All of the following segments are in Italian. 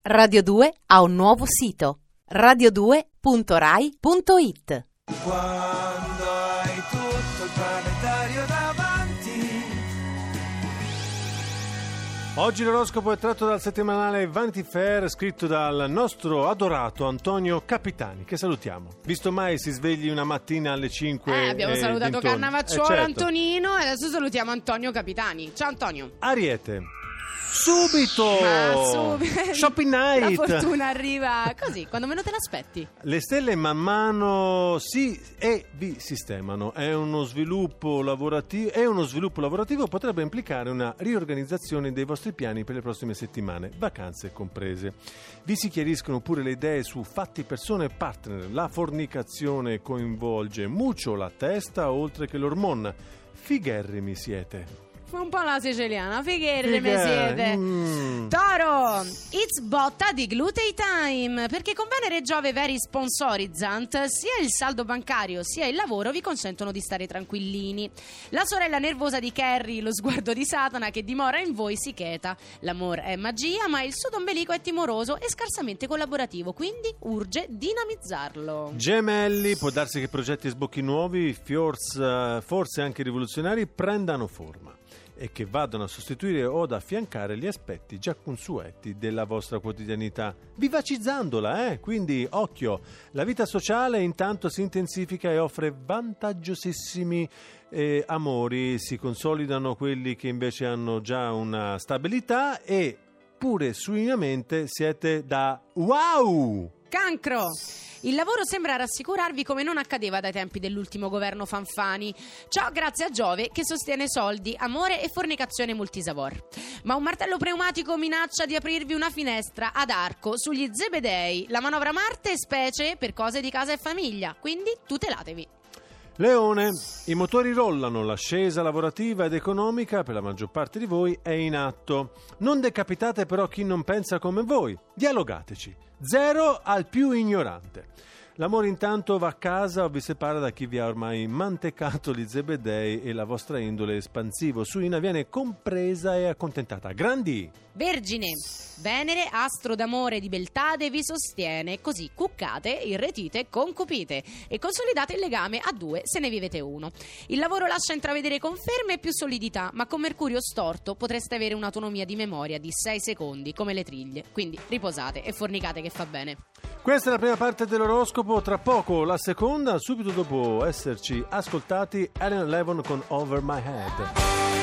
Radio 2 ha un nuovo sito: radio2.rai.it. Quando hai tutto il planetario davanti. Oggi l'oroscopo è tratto dal settimanale Vanity Fair, scritto dal nostro adorato Antonio Capitani, che salutiamo. Visto mai si svegli una mattina alle 5 abbiamo salutato dintorni. Cannavacciuolo, Certo. Antonino, e adesso salutiamo Antonio Capitani. Ciao Antonio. Ariete. Subito! Shopping night! La fortuna arriva così, quando meno te l'aspetti. Le stelle man mano si e vi sistemano. È uno sviluppo lavorativo, potrebbe implicare una riorganizzazione dei vostri piani per le prossime settimane, vacanze comprese. Vi si chiariscono pure le idee su fatti, persone e partner. La fornicazione coinvolge mucho la testa oltre che l'ormone. Figherrimi siete. Un po' la siciliana, figherrime siete. Toro, it's botta di glutei time, perché con Venere e Giove veri sponsorizzant, sia il saldo bancario sia il lavoro vi consentono di stare tranquillini. La sorella nervosa di Carrie, lo sguardo di Satana che dimora in voi si cheta. L'amore è magia, ma il suo ombelico è timoroso e scarsamente collaborativo, quindi urge dinamizzarlo. Gemelli, può darsi che progetti e sbocchi nuovi, forse anche rivoluzionari, prendano forma e che vadano a sostituire o ad affiancare gli aspetti già consueti della vostra quotidianità, vivacizzandola, quindi occhio. La vita sociale intanto si intensifica e offre vantaggiosissimi amori, si consolidano quelli che invece hanno già una stabilità e pure suinamente siete da wow! Cancro! Il lavoro sembra rassicurarvi come non accadeva dai tempi dell'ultimo governo Fanfani. Ciò grazie a Giove che sostiene soldi, amore e fornicazione multisavor. Ma un martello pneumatico minaccia di aprirvi una finestra ad arco sugli Zebedei. La manovra Marte specie per cose di casa e famiglia, quindi tutelatevi. Leone, i motori rollano, l'ascesa lavorativa ed economica per la maggior parte di voi è in atto. Non decapitate però chi non pensa come voi, dialogateci. 0 al più ignorante. L'amore intanto va a casa o vi separa da chi vi ha ormai mantecato gli Zebedei e la vostra indole espansivo suina viene compresa e accontentata. Grandi! Vergine, Venere, astro d'amore e di beltade, vi sostiene, così cuccate, irretite, concupite e consolidate il legame a 2 se ne vivete uno. Il lavoro lascia intravedere conferme e più solidità, ma con Mercurio storto potreste avere un'autonomia di memoria di 6 secondi, come le triglie. Quindi riposate e fornicate che fa bene. Questa è la prima parte dell'oroscopo, tra poco la seconda, subito dopo esserci ascoltati Alien Levon con Over My Head.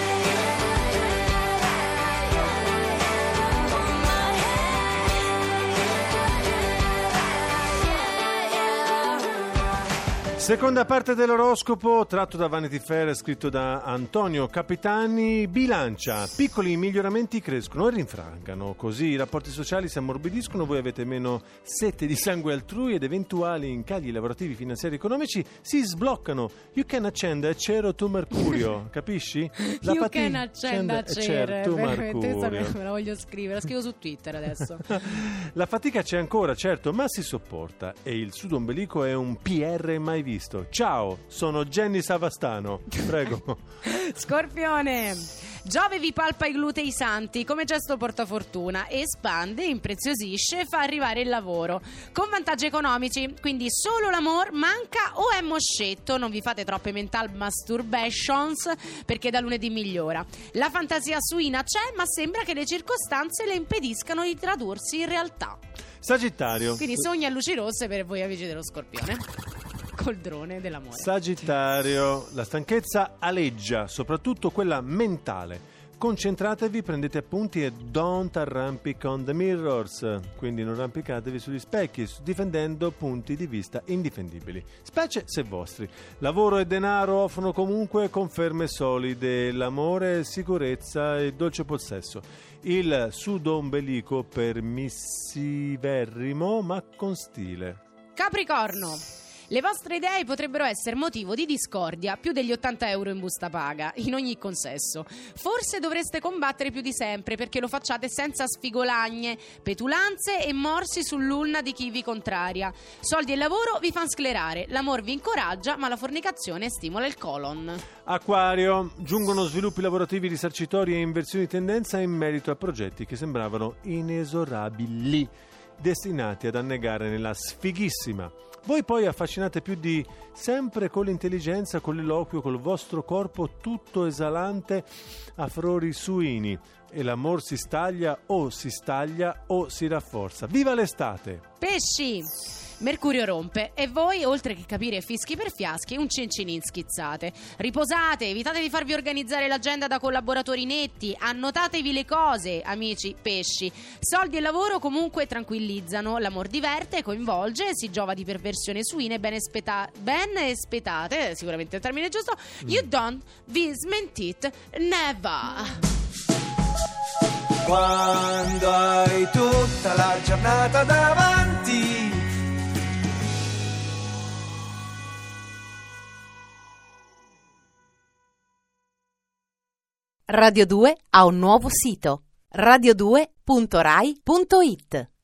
Seconda parte dell'oroscopo tratto da Vanity Fair, scritto da Antonio Capitani. Bilancia, piccoli miglioramenti crescono e rinfrancano, così i rapporti sociali si ammorbidiscono, voi avete meno sete di sangue altrui ed eventuali incagli lavorativi, finanziari e economici si sbloccano. You can accenda a cero tu Mercurio, capisci? You can accenda a cero tu Mercurio. Me la voglio scrivere, la scrivo su Twitter adesso. La fatica c'è ancora, certo, ma si sopporta e il sudo ombelico è un PR mai visto. Ciao, sono Jenny Savastano. Prego. Scorpione, Giove vi palpa i glutei santi come gesto portafortuna, espande, impreziosisce e fa arrivare il lavoro con vantaggi economici, quindi solo l'amor manca o è moscetto, non vi fate troppe mental masturbations perché da lunedì migliora. La fantasia suina c'è, ma sembra che le circostanze le impediscano di tradursi in realtà. Sagittario. Quindi sogni a luci rosse per voi amici dello Scorpione. Col drone dell'amore. Sagittario, la stanchezza aleggia, soprattutto quella mentale. Concentratevi, prendete appunti e don't arrampic on the mirrors. Quindi non arrampicatevi sugli specchi, difendendo punti di vista indifendibili, specie se vostri. Lavoro e denaro offrono comunque conferme solide, l'amore, sicurezza e dolce possesso. Il sudo ombelico permissiverrimo ma con stile. Capricorno, Le vostre idee potrebbero essere motivo di discordia più degli 80 euro in busta paga, in ogni consesso. Forse dovreste combattere più di sempre perché lo facciate senza sfigolagne, petulanze e morsi sull'ulna di chi vi contraria. Soldi e lavoro vi fanno sclerare, l'amor vi incoraggia, ma la fornicazione stimola il colon. Acquario, giungono sviluppi lavorativi risarcitori e inversioni di tendenza in merito a progetti che sembravano inesorabili, destinati ad annegare nella sfighissima. Voi poi affascinate più di sempre con l'intelligenza, con l'eloquio, col vostro corpo tutto esalante a frori suini, e l'amor si staglia o si rafforza. Viva l'estate! Pesci! Mercurio rompe e voi, oltre che capire fischi per fiaschi, un cincinin schizzate. Riposate, evitate di farvi organizzare l'agenda da collaboratori netti, annotatevi le cose, amici pesci. Soldi e lavoro comunque tranquillizzano, l'amor diverte, coinvolge, si giova di perversione suine ben espetate, sicuramente il termine giusto. You don't smentit never. Quando hai tutta la giornata davanti, Radio 2 ha un nuovo sito: radio2.rai.it.